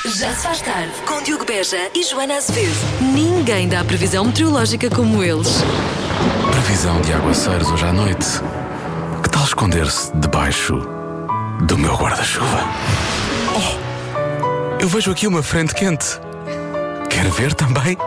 Já se faz tarde com Diogo Beja e Joana Azevedo. Ninguém dá previsão meteorológica como eles. Previsão de aguaceiros hoje à noite. Que tal esconder-se debaixo do meu guarda-chuva? Oh, eu vejo aqui uma frente quente. Quer ver também?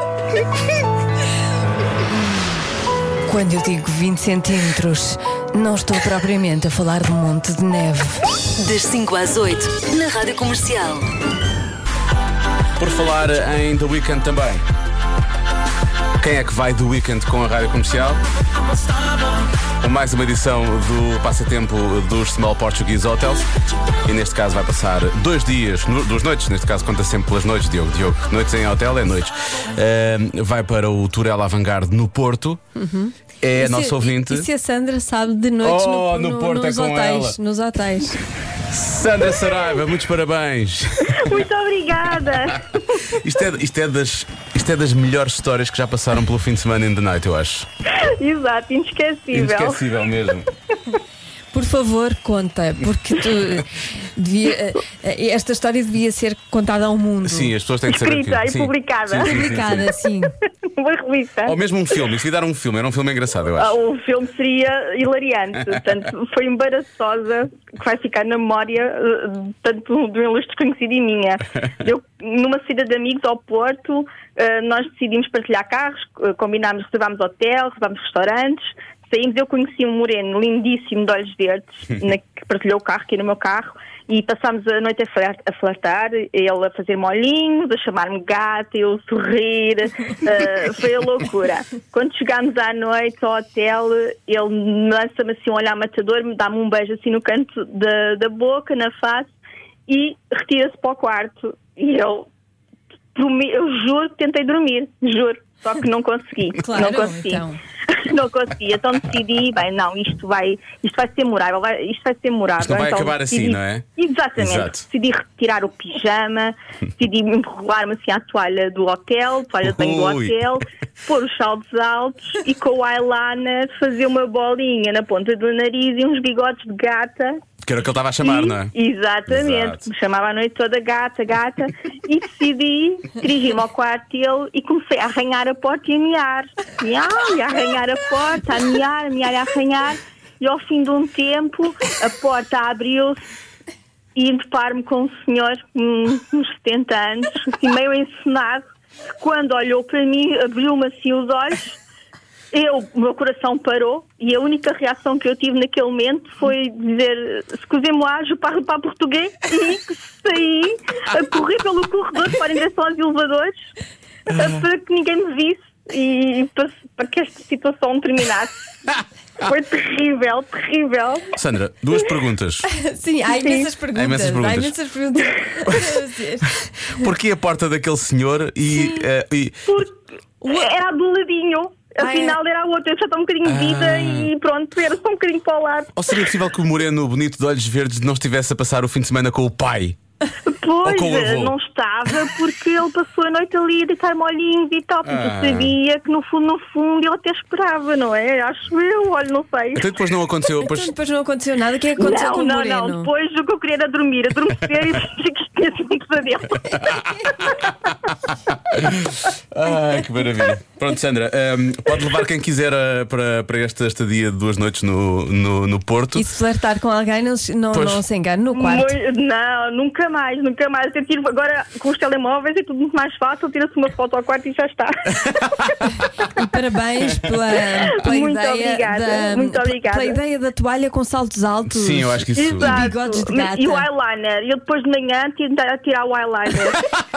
Quando eu digo 20 centímetros, não estou propriamente a falar de um monte de neve. Das 5 às 8, na Rádio Comercial. Por falar em The Weeknd também. Quem é que vai The Weeknd com a Rádio Comercial? Mais uma edição do passatempo dos Small Portuguese Hotels. E neste caso vai passar 2 dias, 2 noites, neste caso conta sempre pelas noites, Diogo. Noites em hotel é noites. Vai para o Turela Avant-Garde no Porto. É a nossa ouvinte. E se a Sandra sabe de noites no Porto nos é com hotéis, ela. nos hotéis. Sandra Saraiva, muitos parabéns. Muito obrigada. Isto é das melhores histórias que já passaram pelo fim de semana in the night, eu acho. Exato, inesquecível. Inesquecível mesmo. Por favor, conta, porque esta história devia ser contada ao mundo. Sim, as pessoas têm que saber. Escrita e Sim. publicada. Sim. Publicada, sim. Uma revista. Ou mesmo um filme, isso ia dar um filme, era um filme engraçado, eu acho. O filme seria hilariante. Portanto, foi embaraçosa, que vai ficar na memória tanto de um ilustre conhecido e minha. Eu, numa saída de amigos ao Porto, nós decidimos partilhar carros, combinámos, reservámos hotel, reservámos restaurantes. Saímos, eu conheci um moreno lindíssimo de olhos verdes, que partilhou o carro, que era o meu carro, e passámos a noite a flertar, ele a fazer molhinhos, a chamar-me gata, eu a sorrir, foi a loucura. Quando chegámos à noite ao hotel, ele lança-me assim um olhar matador, me dá-me um beijo assim no canto da boca, na face, e retira-se para o quarto. E eu juro que tentei dormir, juro, só que não consegui. Claro, não consegui. Não conseguia, então decidi, bem, não, isto vai ser memorável, isto vai ser memorável. Isto não vai então, acabar assim, não é? Exatamente, Exato. decidi retirar o pijama, decidi enrolar-me assim à toalha do hotel, toalha de banho do Ui. hotel, pôr os saltos altos e com o eyeliner fazer uma bolinha na ponta do nariz e uns bigodes de gata. Que era o que ele estava a chamar, não é? Exatamente, Exato. me chamava a noite toda gata, e decidi dirigir-me ao quarto dele e comecei a arranhar a porta e a miar. Miau, e a arranhar a porta, a miar e a arranhar. E ao fim de um tempo, a porta abriu-se e deparo-me com um senhor, uns 70 anos, assim, meio encenado, que quando olhou para mim, abriu-me assim os olhos. O meu coração parou e a única reação que eu tive naquele momento foi dizer "excusez-moi, je parle pas português" e saí a correr pelo corredor para em direção aos elevadores para que ninguém me visse e para que esta situação terminasse. Foi terrível, terrível. Sandra, 2 perguntas. Sim, há imensas perguntas. Há imensas perguntas. Há imensas perguntas. Porquê a porta daquele senhor e Porque era do ladinho. Afinal era a outra, eu já estou um bocadinho de vida e pronto, era só um bocadinho para o lado. ou seria possível que o moreno bonito de olhos verdes não estivesse a passar o fim de semana com o pai? Pois, com o avô? não estava porque ele passou a noite ali a deitar molhinhos e tal, porque eu sabia que no fundo ele até esperava, não é? Acho eu, olha, não sei. Então depois não aconteceu. Então, depois não aconteceu nada. O que é que aconteceu com o Moreno? Não, depois o que eu queria era dormir, adormecer e fingir que isto tinha sido um pesadelo. Ai, que maravilha. Pronto, Sandra, pode levar quem quiser para esta estadia de 2 noites no Porto. E se flertar com alguém, não se engane no quarto. Não, nunca mais. Eu tiro agora com os telemóveis é tudo muito mais fácil, tira-se uma foto ao quarto e já está. E parabéns pela Muito ideia obrigada, muito obrigada. pela ideia da toalha com saltos altos. Sim, eu acho que isso. Exato. E bigodes de gata. E o eyeliner. Eu depois de manhã tentar tirar o eyeliner.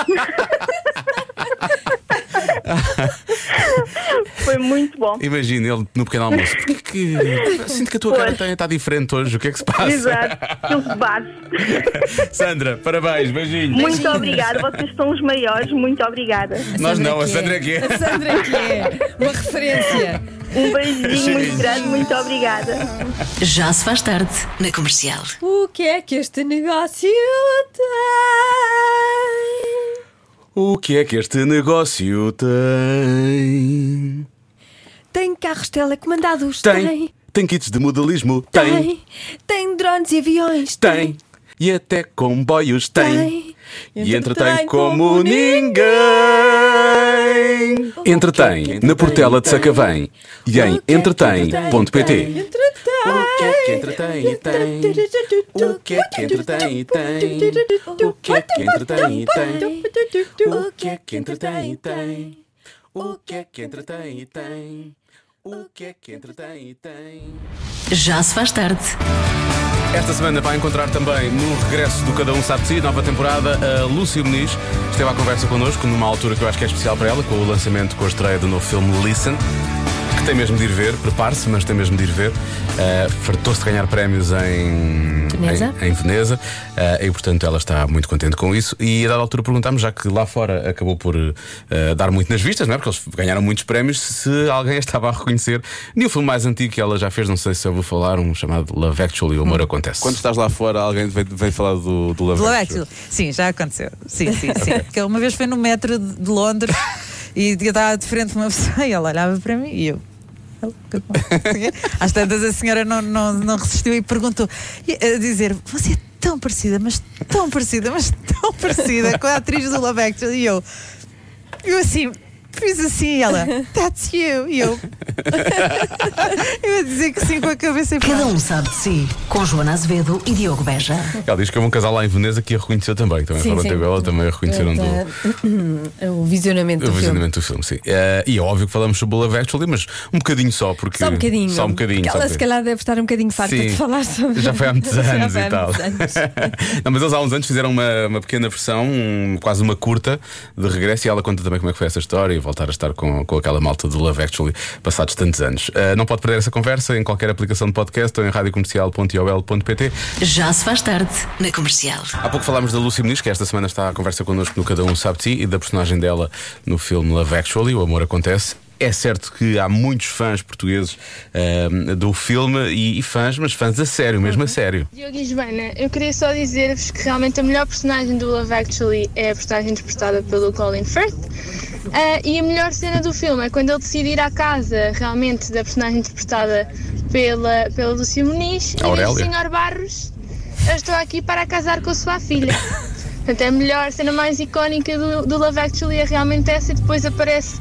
Foi muito bom. Imagina ele no pequeno almoço. Sinto que a tua cara está diferente hoje. O que é que se passa? Exato. Eu de base. Sandra, parabéns, beijinhos. Muito obrigada. Vocês são os maiores. Muito obrigada. Nós não, a que Sandra é que é. A Sandra é que é. Uma referência. Um beijinho muito grande. Muito obrigada. Já se faz tarde na Comercial. O que é que este negócio tem? O que é que este negócio tem? Tem carros telecomandados? Tem kits de modelismo? Tem drones e aviões? Tem. E até comboios? Tem. E entretém como ninguém. Entretém na Portela de Sacavém e em entretém.pt. O que é que entretém e tem? O que é que entretém e tem? O que é que entretém e tem? O que é que entretém e tem? O que é que entretém e tem? O que é que entretém e tem? Já se faz tarde. Esta semana vai encontrar também no regresso do Cada Um Sabe de Si, nova temporada, a Lúcia Muniz. Esteve à conversa connosco numa altura que eu acho que é especial para ela, com o lançamento, com a estreia do novo filme Listen, que tem mesmo de ir ver, prepare-se, mas tem mesmo de ir ver. Fartou-se de ganhar prémios em Veneza, e portanto ela está muito contente com isso. E a dada altura perguntámos, já que lá fora acabou por dar muito nas vistas, não é? Porque eles ganharam muitos prémios, se alguém estava a reconhecer. E o filme mais antigo que ela já fez, não sei se eu vou falar, um chamado Love Actually, O Amor Acontece. Quando estás lá fora, alguém veio falar do Love Actually? Sim, já aconteceu. Sim. Porque uma vez foi no metro de Londres e eu estava de frente de uma pessoa e ela olhava para mim e eu. Às tantas a senhora não resistiu e perguntou a dizer: você é tão parecida, mas tão parecida com a atriz do Love Actually. E eu assim fiz assim, e ela, that's you. E eu a dizer que sim com a cabeça. Cada Um Sabe de Si, com Joana Azevedo e Diogo Beja. Ela diz que houve um casal lá em Veneza que a reconheceu também. Também foram até ela, também a reconheceram o visionamento do filme, sim. E é óbvio que falamos sobre o Love Actually, mas um bocadinho só, porque. Só um bocadinho. Ela se calhar deve estar um bocadinho farta de falar sobre. Já foi há muitos anos e tal. Não, mas eles há uns anos fizeram uma pequena versão, quase uma curta, de regresso, e ela conta também como é que foi essa história e voltar a estar com aquela malta do Love Actually passados tantos anos. Não pode perder essa conversa em qualquer aplicação de podcast ou em radiocomercial.iol.pt. Já se faz tarde na Comercial. Há pouco falámos da Lúcia Muniz, que esta semana está à conversa connosco no Cada Um Sabe de Si, e da personagem dela no filme Love Actually, O Amor Acontece. É certo que há muitos fãs portugueses do filme e fãs, mas fãs a sério, mesmo a sério. Diogo e Joana, eu queria só dizer-vos que realmente a melhor personagem do Love Actually é a personagem interpretada pelo Colin Firth. E a melhor cena do filme é quando ele decide ir à casa realmente da personagem interpretada pela Lúcia Muniz e diz: Senhor Barros, eu estou aqui para casar com a sua filha. Portanto, a melhor cena mais icónica do Love Actually é realmente essa, e depois aparece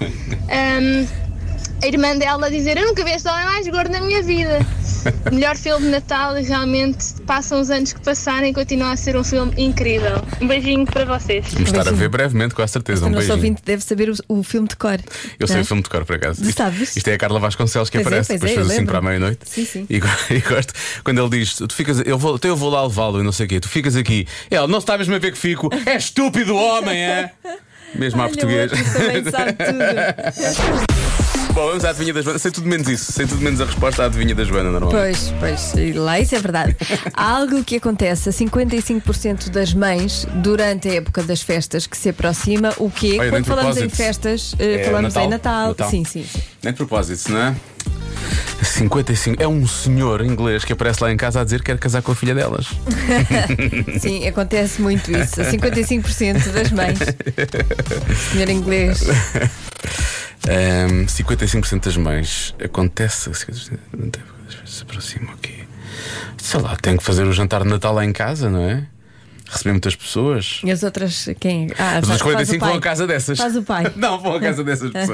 a irmã dela a dizer: eu nunca vi este homem mais gordo na minha vida. Melhor filme de Natal, e realmente passam os anos que passarem, continua a ser um filme incrível. Um beijinho para vocês. Vamos estar a ver brevemente, com a certeza. O nosso ouvinte deve saber o filme de cor. Eu sei o filme de cor, por acaso. Sabes? Isto é a Carla Vasconcelos que aparece, depois fez assim para a meia-noite. Sim. E gosto quando ele diz: tu ficas, eu vou lá levá-lo e não sei o quê, tu ficas aqui. Ele: não está mesmo a ver que fico. É estúpido homem, é? Mesmo à português. Também sabe tudo. Bom, vamos à adivinha da Joana. Sei tudo menos isso, sei tudo menos a resposta à adivinha da Joana, normalmente. Pois, lá isso é verdade. Há algo que acontece a 55% das mães durante a época das festas que se aproxima. O quê? Olha, quando falamos em festas, falamos em Natal. Sim. Nem de propósito, não é? 55. É um senhor inglês que aparece lá em casa a dizer que quer casar com a filha delas. Sim, acontece muito isso. A 55% das mães. Senhor inglês. 55% das mães acontece. Se aproxima, ok. Sei lá, tem que fazer o jantar de Natal lá em casa, não é? Receber muitas pessoas. E as outras, quem? Os outros 45 vão à casa dessas. Faz o pai. Não, vão à casa dessas pessoas.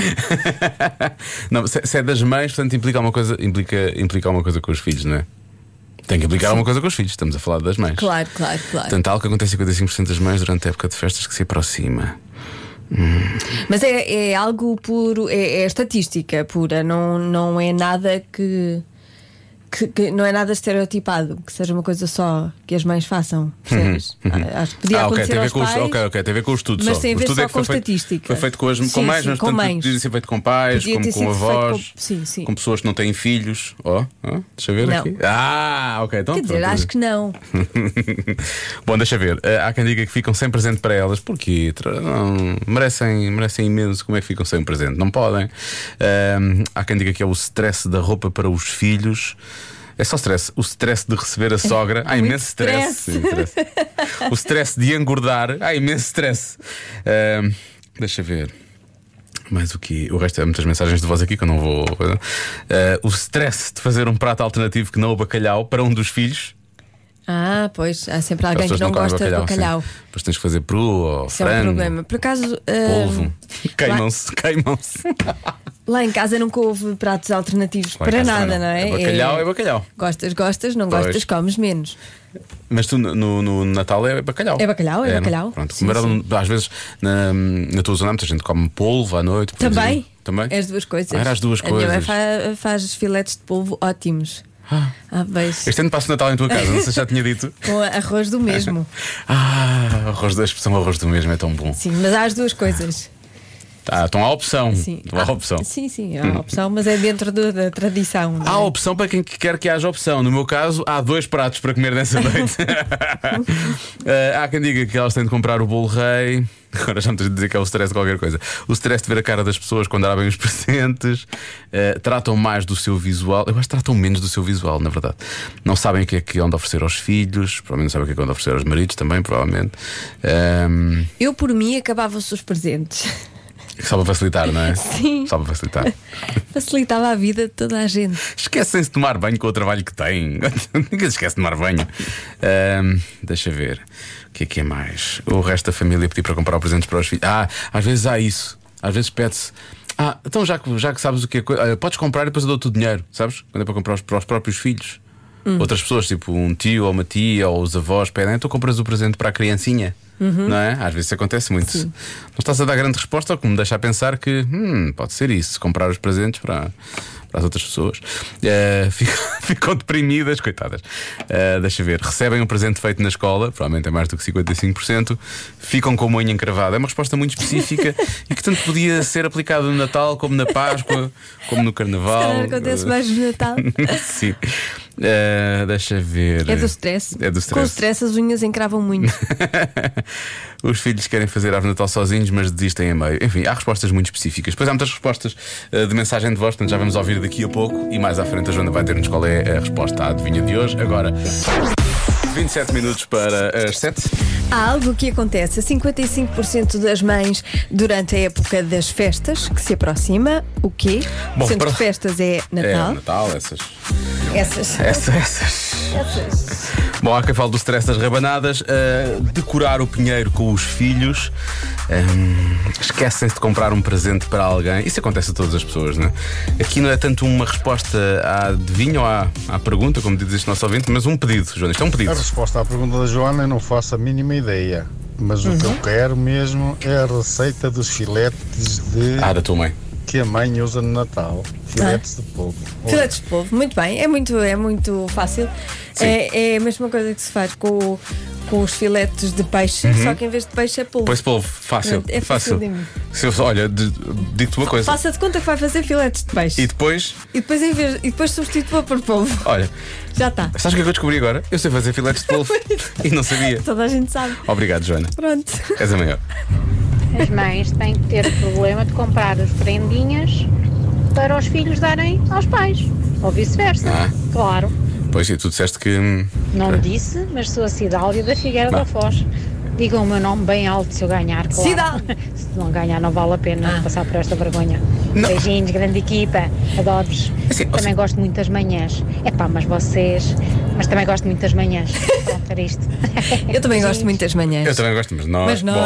Não, se é das mães, portanto implica alguma coisa com os filhos, não é? Tem que implicar alguma coisa com os filhos. Estamos a falar das mães. Claro. Portanto, algo que acontece 55% das mães durante a época de festas que se aproxima. Mas é algo puro, é estatística pura, não é nada que não é nada estereotipado, que seja uma coisa só que as mães façam. Acho que podia acontecer aos pais. Ok, tem a ver com o estudo, mas só. tem a ver o só com foi estatística. Foi feito com mães, mas podia ser feito com pais, com avós, com pessoas que não têm filhos. Deixa eu ver não. Aqui. Ok, então. Quer dizer, acho que não. Bom, deixa ver. Há quem diga que ficam sem presente para elas, porque merecem imenso. Como é que ficam sem presente? Não podem. Há quem diga que é o stress da roupa para os filhos. É só stress. O stress de receber a sogra. Há imenso stress. O stress de engordar. Há imenso stress. Deixa ver. Mais o que? O resto é muitas mensagens de voz aqui que eu não vou. O stress de fazer um prato alternativo que não o bacalhau para um dos filhos. Pois, há sempre alguém que não comem gosta de bacalhau. sim. Depois tens que fazer peru ou Isso é um frango, problema. Por acaso, polvo. Queimam-se. lá em casa nunca houve pratos alternativos Lá em para casa nada, também não é? Bacalhau é bacalhau. Gostas, não Pois. gostas, comes menos. Mas tu no Natal é bacalhau. É bacalhau, é bacalhau. Pronto, Sim, às vezes na tua zona muita gente come polvo à noite. por Também? exemplo. Também? É as duas coisas. Era as duas A minha mãe coisas. faz filetes de polvo ótimos. Beijo. Este ano passo o Natal em tua casa, não sei se já tinha dito. Com arroz do mesmo. A expressão arroz do mesmo é tão bom. Sim, mas há as duas coisas. Estão à opção. Sim. Estão à opção. Sim, há a opção, mas é dentro da tradição. não é? Há opção para quem quer que haja opção. No meu caso, há 2 pratos para comer nessa noite. Há quem diga que elas têm de comprar o bolo rei. Agora já me tens de dizer que é o stress de qualquer coisa. O stress de ver a cara das pessoas quando abrem os presentes. Tratam mais do seu visual. Eu acho que tratam menos do seu visual, na verdade. Não sabem o que é que onde oferecer aos filhos. Provavelmente não sabem o que é que onde oferecer aos maridos também, provavelmente. Eu, por mim, acabava-se os presentes. Só para facilitar, não é? Sim. Só para facilitar. Facilitava a vida de toda a gente. Esquecem-se de tomar banho com o trabalho que têm. Ninguém se esquece de tomar banho. Deixa ver. O que é mais? O resto da família pedir para comprar presentes para os filhos. Às vezes há isso. Às vezes pede-se. Então já que sabes o que é coisa, podes comprar e depois eu dou-te o dinheiro, sabes? Quando é para comprar para os próprios filhos. Outras pessoas, tipo um tio ou uma tia ou os avós pedem, então compras o presente para a criancinha. Não é? Às vezes isso acontece muito. Sim. Não estás a dar grande resposta, o que me deixa a pensar que pode ser isso, comprar os presentes para as outras pessoas. Ficam deprimidas, coitadas. Deixa ver, recebem um presente feito na escola, provavelmente é mais do que 55%, ficam com a unha encravada. É uma resposta muito específica e que tanto podia ser aplicada no Natal, como na Páscoa, como no Carnaval. Se calhar acontece mais no Natal. Sim. Deixa ver. É do stress. Com o stress as unhas encravam muito. Os filhos querem fazer árvore de Natal sozinhos, mas desistem a meio. Enfim, há respostas muito específicas. Depois há muitas respostas de mensagem de voz, portanto já vamos ouvir daqui a pouco. E mais à frente a Joana vai ter-nos qual é a resposta à adivinha de hoje. Agora, 27 minutos para as 7. Há algo que acontece a 55% das mães durante a época das festas que se aproxima. O quê? Bom, Sendo que festas é Natal. É Natal, essas. Essas. Bom, há quem fale do stress das rabanadas. Decorar o pinheiro com os filhos. Esquecem-se de comprar um presente para alguém. Isso acontece a todas as pessoas, não é? Aqui não é tanto uma resposta à adivinha ou à pergunta, como diz este nosso ouvinte, mas um pedido, Joana. Isto é um pedido. A resposta à pergunta da Joana eu não faço a mínima ideia. Mas o que eu quero mesmo é a receita dos filetes Da tua mãe. que a mãe usa no Natal. Filetes de polvo. Filetes de polvo, muito bem, é muito fácil. É a mesma coisa que se faz com os filetes de peixe, só que em vez de peixe é polvo. Pois polvo, fácil. É fácil. Olha, digo-te uma coisa. Faça de conta que vai fazer filetes de peixe. E depois, E depois substitua por polvo. olha, Já está. sabes o que é que eu descobri agora? Eu sei fazer filetes de polvo e não sabia. Toda a gente sabe. Obrigado, Joana. Pronto. És a maior. As mães têm que ter o problema de comprar as prendinhas para os filhos darem aos pais, ou vice-versa. Claro. Pois, e tu disseste que. Não disse, mas sou a Cidália da Figueira da Foz. Digam o meu nome bem alto se eu ganhar, claro. Cidália! Se não ganhar, não vale a pena passar por esta vergonha. Beijinhos, grande equipa. Adoro-vos. Também gosto muito das manhãs. Mas também gosto muito das manhãs. Pronto, era isto. Eu também gosto muito das manhãs. Eu também gosto, mas não. Mas não. Bom,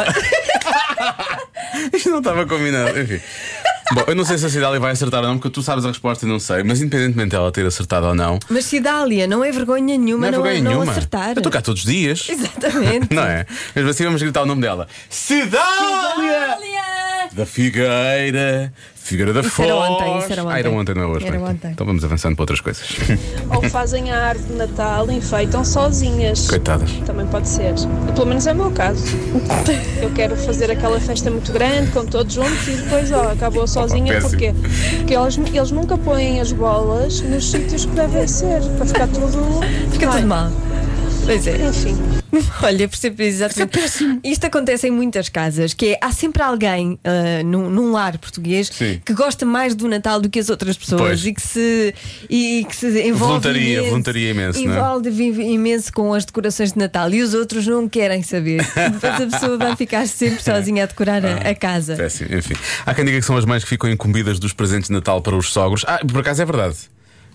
isto não estava combinado. Enfim. Bom, eu não sei se a Cidália vai acertar ou não, porque tu sabes a resposta e não sei. Mas independentemente dela ter acertado ou não. Mas Cidália, não é vergonha nenhuma não acertar. Eu estou cá todos os dias. Exatamente. Não é? Mesmo assim vamos gritar o nome dela. Cidália! Da Figueira da Isso Foz. era ontem, isso era ontem. Era ontem, não é hoje. Era bem. ontem. Então vamos avançando para outras coisas. Ou fazem a árvore de Natal e enfeitam sozinhas. Coitadas. Também pode ser. Pelo menos é o meu caso. Eu quero fazer aquela festa muito grande, com todos juntos, e depois acabou sozinha. péssimo. Porquê? Porque eles nunca põem as bolas nos sítios que devem ser, para ficar tudo. Fica tudo mal. Pois é. Enfim. Olha, percebo exatamente. Isto acontece em muitas casas, que há sempre alguém num lar português que gosta mais do Natal do que as outras pessoas. Pois. e que se envolve Voluntaria imenso, não é? envolve imenso com as decorações de Natal e os outros não querem saber. Depois a pessoa vai ficar sempre sozinha a decorar a casa. Péssimo, enfim. Há quem diga que são as mães que ficam incumbidas dos presentes de Natal para os sogros. Por acaso é verdade.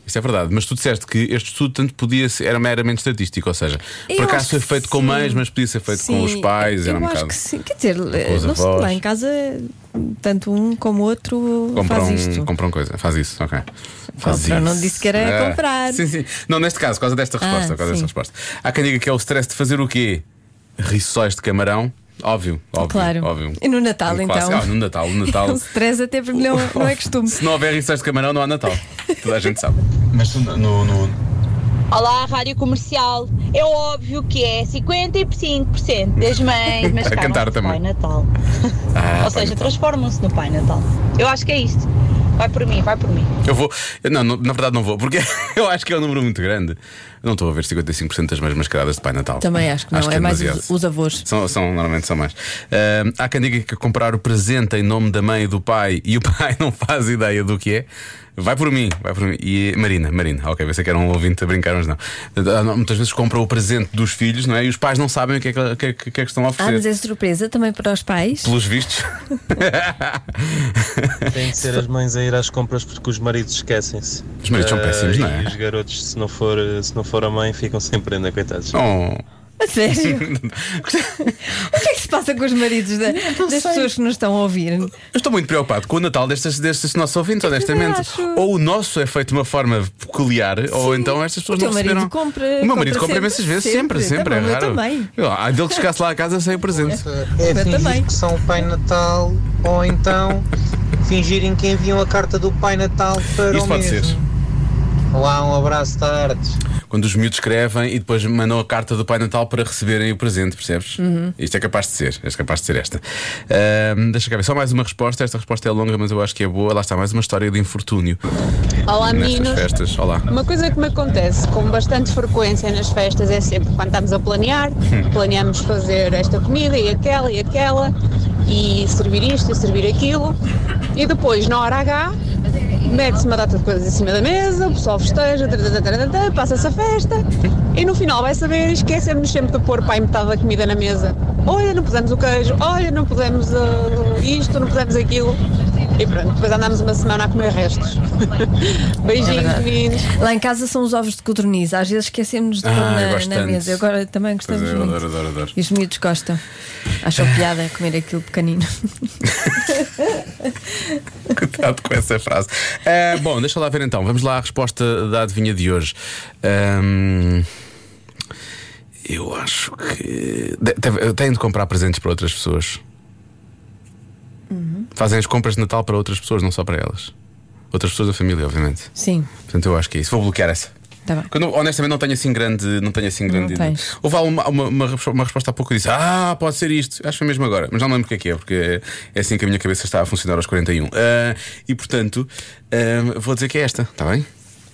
Isso é verdade, mas tu disseste que este estudo tanto podia ser, era meramente estatístico, ou seja, por acaso foi feito com mães, mas podia ser feito com os pais. Eu acho que sim, quer dizer, não sei, lá em casa, tanto um como o outro faz isto. Faz isso, ok. Não disse que era comprar. Sim. Não, neste caso, por causa desta resposta. Há quem diga que é o stress de fazer o quê? Rissóis de camarão. Óbvio. Claro. E no Natal, então? No Natal. O stress até porque não é costume. Se não houver rissóis de camarão, não há Natal. Toda a gente sabe. Mas Olá, Rádio Comercial. É óbvio que é 55% das mães, mas a cantar também. Pai Natal. Ou seja, transformam-se no Pai Natal. Eu acho que é isto. Vai por mim. Eu vou. Não, na verdade não vou, porque eu acho que é um número muito grande. Eu não estou a ver 55% das mães mascaradas de Pai Natal. Também acho que não, é mais os avós. Normalmente são mais. Há quem diga que comprar o presente em nome da mãe e do pai e o pai não faz ideia do que é. Vai por mim. E Marina, ok, pensei que era um ouvinte a brincar, mas não. Muitas vezes compram o presente dos filhos, não é? E os pais não sabem o que é que estão a oferecer. Mas é surpresa também para os pais. Pelos vistos. Tem de ser as mães a ir às compras porque os maridos esquecem-se. Os maridos são péssimos, não é? E os garotos, se não for a mãe, ficam sem prenda, coitados. A sério? O que é que se passa com os maridos das pessoas que nos estão a ouvir? Eu estou muito preocupado com o Natal destes nossos ouvintes, honestamente. Ou o nosso é feito de uma forma peculiar, ou então estas pessoas não receberam. O meu marido compra imensas vezes, sempre. É raro. Também. Há dele que chegasse lá a casa sem o presente. É fingir que são o Pai Natal, ou então fingirem que enviam a carta do Pai Natal para isso o pode mesmo. Ser. Olá, um abraço de artes. Quando os miúdos escrevem e depois mandam a carta do Pai Natal para receberem o presente, percebes? Isto é capaz de ser. Esta. Deixa cá ver, só mais uma resposta. Esta resposta é longa, mas eu acho que é boa. Lá está mais uma história de infortúnio. Olá, nestas meninos. festas. Olá. Uma coisa que me acontece com bastante frequência nas festas é sempre quando estamos a planear, planeamos fazer esta comida e aquela, e servir isto e servir aquilo, e depois, na hora H, mete-se uma data de coisas em cima da mesa, o pessoal festeja, passa-se a festa, e no final vai saber, esquecemos sempre de pôr pai metade da comida na mesa. Olha, não pusemos o queijo, olha, não pusemos isto, não pusemos aquilo. E pronto, depois andamos uma semana a comer restos. Beijinhos, meninos. Lá em casa são os ovos de codorniz. Às vezes esquecemos de pôr na mesa. Eu agora também gostamos muito. Adoro. E os miúdos gostam. Acham piada comer aquilo pequenino. Cuidado com essa frase. Bom, deixa lá ver então. Vamos lá à resposta da adivinha de hoje. Eu acho que têm de comprar presentes para outras pessoas. Fazem as compras de Natal para outras pessoas, não só para elas. Outras pessoas da família, obviamente. Sim. Portanto, eu acho que é isso. Vou bloquear essa. Tá bem. Quando, honestamente, não tenho assim grande. Houve uma resposta há pouco que disse: pode ser isto. Acho que foi mesmo agora, mas não lembro o que é, porque é assim que a minha cabeça está a funcionar aos 41. E portanto, vou dizer que é esta, está bem?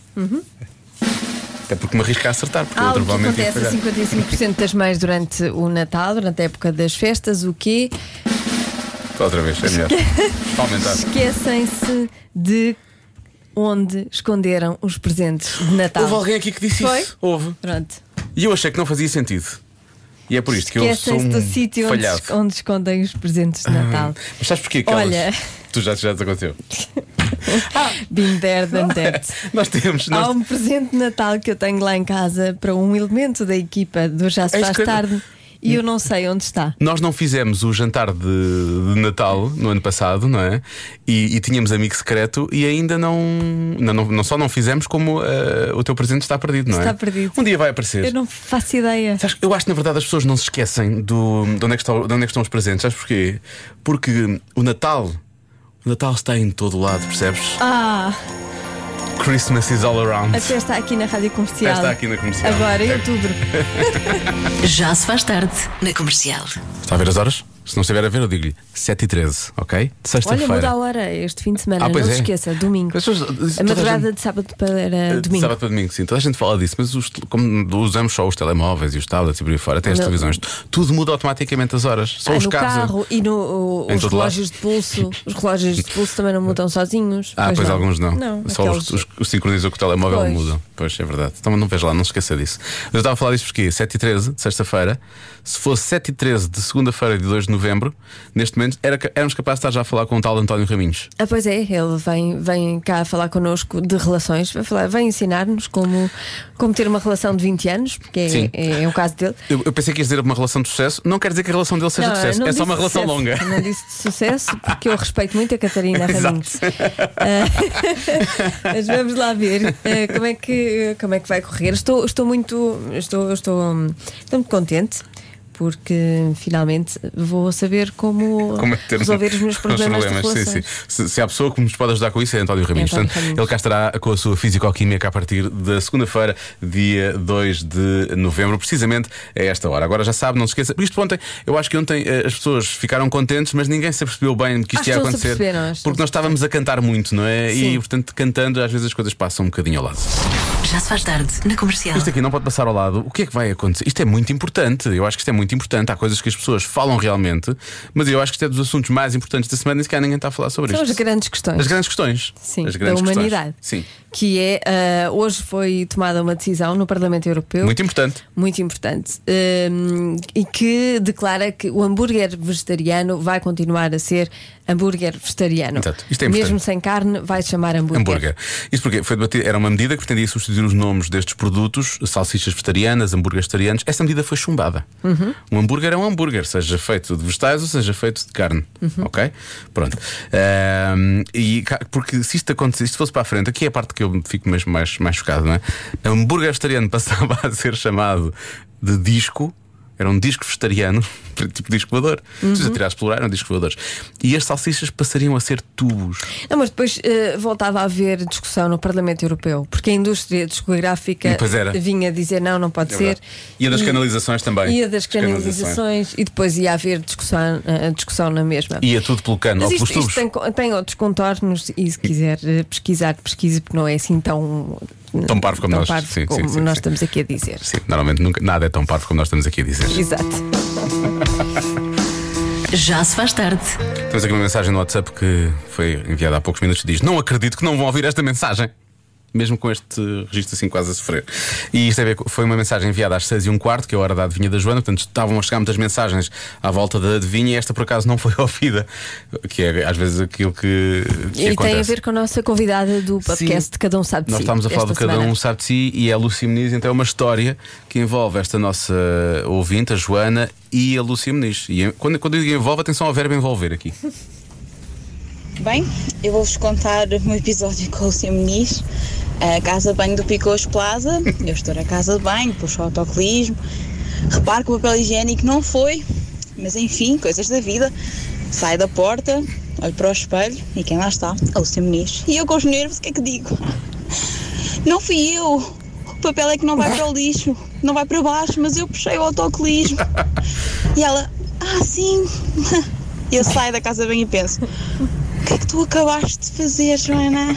Até porque me arrisco a acertar, porque eu provavelmente ia falhar. 55% das mães durante o Natal, durante a época das festas, o quê? Outra vez, é melhor. Aumentar. Esquecem-se de onde esconderam os presentes de Natal. Houve alguém aqui que disse isso. Houve. Pronto. E eu achei que não fazia sentido. E é por isto que eu sou um do sítio onde escondem os presentes de Natal. Mas sabes porquê? Olha, tu já te aconteceu. Been there, done that. Há um presente de Natal que eu tenho lá em casa para um elemento da equipa do Já Se Faz Tarde. E eu não sei onde está. Nós não fizemos o jantar de Natal no ano passado, não é? E tínhamos amigo secreto e ainda não só não fizemos, como o teu presente está perdido, não é? Está perdido. Um dia vai aparecer. Eu não faço ideia. Eu acho que na verdade as pessoas não se esquecem de onde é que estão os presentes. Sabes porquê? Porque o Natal está em todo lado, percebes? Christmas is all around. Até está aqui na Rádio Comercial. Está aqui na Comercial. Agora, em outubro. Já se faz tarde na Comercial. Está a ver as horas? Se não estiver a ver, eu digo-lhe 7h13, ok? De sexta-feira. Olha, muda a hora este fim de semana. Não se esqueça, domingo. A madrugada de sábado para domingo. De sábado para domingo, sim. Toda a gente fala disso, mas como usamos só os telemóveis e os tablets e por aí fora, até as televisões, tudo muda automaticamente as horas. Só os no carros. Carro e os relógios de pulso. Os relógios de pulso também não mudam sozinhos. Pois alguns não. Só aqueles... os sincronizam com o telemóvel mudam. Pois é verdade. Então não vejo lá, não se esqueça disso. Mas eu estava a falar disso porque 7h13 de sexta-feira. Se fosse 7h13 de segunda-feira de 2 de novembro, novembro, neste momento, éramos capazes de estar já a falar com o tal António Raminhos. Pois é, ele vem cá falar connosco de relações, vem ensinar-nos como ter uma relação de 20 anos, porque é o caso dele. Eu pensei que ias dizer uma relação de sucesso. Não quer dizer que a relação dele seja de sucesso, é só uma relação longa. Não disse de sucesso, porque eu respeito muito a Catarina Raminhos. Mas vamos lá ver como é que vai correr. Estou muito contente, porque finalmente vou saber como resolver os meus problemas de relações. Se há pessoa que nos pode ajudar com isso é António Raminhos. Ele cá estará com a sua fisicoquímica a partir da segunda-feira, dia 2 de novembro, precisamente a esta hora. Agora já sabe, não se esqueça. Eu acho que ontem as pessoas ficaram contentes, mas ninguém se apercebeu bem que isto ia acontecer, porque nós estávamos a cantar muito, não é? Sim. E portanto, cantando, às vezes as coisas passam um bocadinho ao lado. Já se faz tarde na Comercial. Isto aqui não pode passar ao lado. O que é que vai acontecer? Isto é muito importante. Eu acho que isto é muito importante. Há coisas que as pessoas falam realmente, mas eu acho que isto é dos assuntos mais importantes da semana. Nem sequer ninguém está a falar sobre isto. São as grandes questões. As grandes questões. Sim, as grandes da humanidade. Sim. Que é, hoje foi tomada uma decisão no Parlamento Europeu. Muito importante. Muito importante. E que declara que o hambúrguer vegetariano vai continuar a ser hambúrguer vegetariano. Exato. Isto é importante. Mesmo sem carne, vai se chamar hambúrguer. Isto porque foi debatido, era uma medida que pretendia substituir os nomes destes produtos, salsichas vegetarianas, hambúrgueres vegetarianos. Essa medida foi chumbada. Um hambúrguer é um hambúrguer, seja feito de vegetais ou seja feito de carne. Ok? Pronto. Porque se isto acontecesse, se fosse para a frente, aqui é a parte que eu fico mesmo mais chocado, não é? Hambúrguer vegetariano passava a ser chamado de disco. Era um disco vegetariano, tipo disco voador. Se os atirares pelo ar, eram discos voadores. E as salsichas passariam a ser tubos. Não, mas depois voltava a haver discussão no Parlamento Europeu, porque a indústria discográfica vinha dizer não pode ser. E a das canalizações também. E a das canalizações. E depois ia haver discussão na mesma. Ia tudo pelo cano, ou pelos tubos. Tem outros contornos, e se quiser pesquisar, pesquise, porque não é assim tão parvo como nós estamos aqui a dizer. Sim, normalmente nada é tão parvo como nós estamos aqui a dizer. Exato. Já se faz tarde. Temos aqui uma mensagem no WhatsApp que foi enviada há poucos minutos. Diz: não acredito que não vão ouvir esta mensagem. Mesmo com este registro assim quase a sofrer. E isto foi uma mensagem enviada às 6:15, que é a hora da adivinha da Joana. Portanto, estavam a chegar muitas mensagens à volta da adivinha, e esta por acaso não foi ouvida. Que é às vezes aquilo que e acontece. Tem a ver com a nossa convidada do podcast de Cada Um Sabe de Si. Nós estamos a falar do Cada Um Sabe de Si, e é a Lúcia Muniz. Então é uma história que envolve esta nossa ouvinte, a Joana, e a Lúcia Muniz. E quando eu digo envolve, atenção ao verbo envolver aqui. Bem, eu vou-vos contar um episódio com a Lúcia Muniz. A casa de banho do Picos Plaza. Eu estou na casa de banho, puxo o autocolismo. Reparo que o papel higiênico não foi, mas enfim, coisas da vida. Saio da porta, olho para o espelho e quem lá está? A Lúcia Muniz. E eu com os nervos, o que é que digo? Não fui eu. O papel é que não vai para o lixo, não vai para baixo, mas eu puxei o autocolismo. E ela, sim. Eu saio da casa de banho e penso: o que é que tu acabaste de fazer, Joana?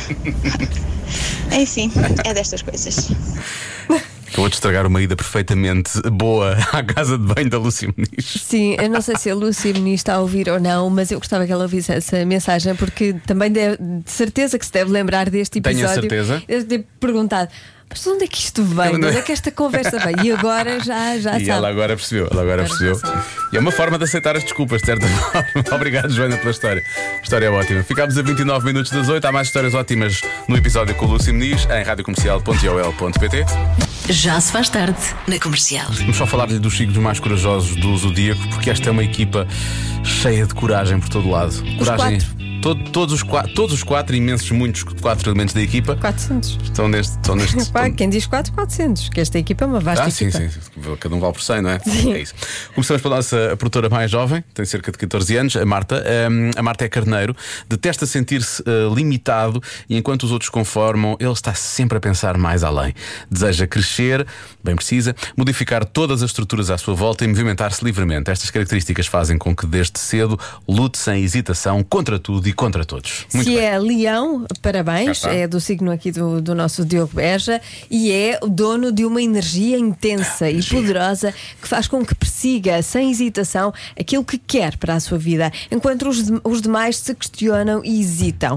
Enfim, é destas coisas. Acabou de estragar uma ida perfeitamente boa à casa de banho da Lúcia Muniz. Sim, eu não sei se a Lúcia Muniz está a ouvir ou não, mas eu gostava que ela ouvisse essa mensagem, porque também de certeza que se deve lembrar deste episódio. Tenho a certeza. Eu devo ter perguntado: mas de onde é que isto vem? De onde é que esta conversa vem? E agora já sabe. E ela agora percebeu. E é uma forma de aceitar as desculpas, de certa forma. Obrigado, Joana, pela história. A história é ótima. Ficámos a 29 minutos das 8. Há mais histórias ótimas no episódio com o Lúcia Muniz em radiocomercial.ol.pt. Já se faz tarde na Comercial. Vamos só falar-lhe dos signos mais corajosos do Zodíaco, porque esta é uma equipa cheia de coragem por todo lado. Coragem. Todos os quatro, muitos quatro elementos da equipa 400 estão neste Quem diz 400, que esta equipa é uma vasta equipa. Sim, cada um vale por 100, não é? Sim. É isso. Começamos pela nossa produtora mais jovem, tem cerca de 14 anos, a Marta. A Marta é carneiro, detesta sentir-se limitado, e enquanto os outros conformam, ele está sempre a pensar mais além. Deseja crescer, bem precisa, modificar todas as estruturas à sua volta e movimentar-se livremente. Estas características fazem com que desde cedo lute sem hesitação contra tudo e contra todos. Muito Se bem. é leão, parabéns, é do signo aqui do nosso Diogo Beja, e é o dono de uma energia intensa e poderosa que faz com que persiga sem hesitação aquilo que quer para a sua vida, enquanto os demais se questionam e hesitam.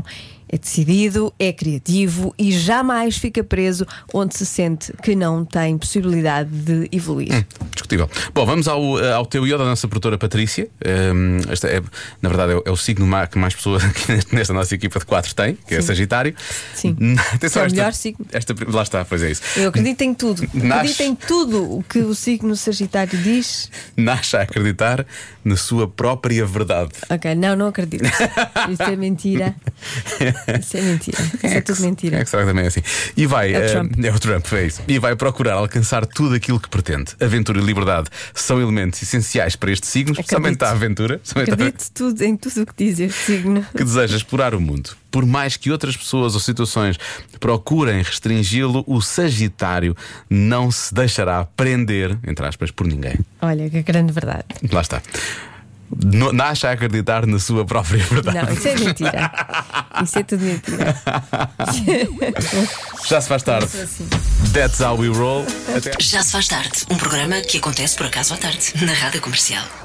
É decidido, é criativo e jamais fica preso onde se sente que não tem possibilidade de evoluir. Discutível. Bom, vamos ao teu e ao da nossa produtora Patrícia. Esta é, na verdade, é o signo que mais pessoas aqui nesta nossa equipa de 4 tem, que é Sagitário. Sim. Atenção, é o melhor signo. Lá está, pois é isso. Eu acredito em tudo. Acredito em tudo o que o signo Sagitário diz. Nasce a acreditar na sua própria verdade. Ok, não acredito. Isso é mentira. Isso é mentira. Isso é tudo mentira. É que será que também é assim. E vai, é o Trump, é isso. E vai procurar alcançar tudo aquilo que pretende. Aventura e liberdade são elementos essenciais para este signo, especialmente a aventura. Acredito em tudo o que diz este signo. Que deseja explorar o mundo. Por mais que outras pessoas ou situações procurem restringi-lo, o Sagitário não se deixará prender, entre aspas, por ninguém. Olha, que grande verdade. Lá está. Nasce a acreditar na sua própria verdade. Não, isso é mentira. Isso é tudo mentira. Já se faz tarde. That's how we roll. Já se faz tarde. Um programa que acontece por acaso à tarde, na Rádio Comercial.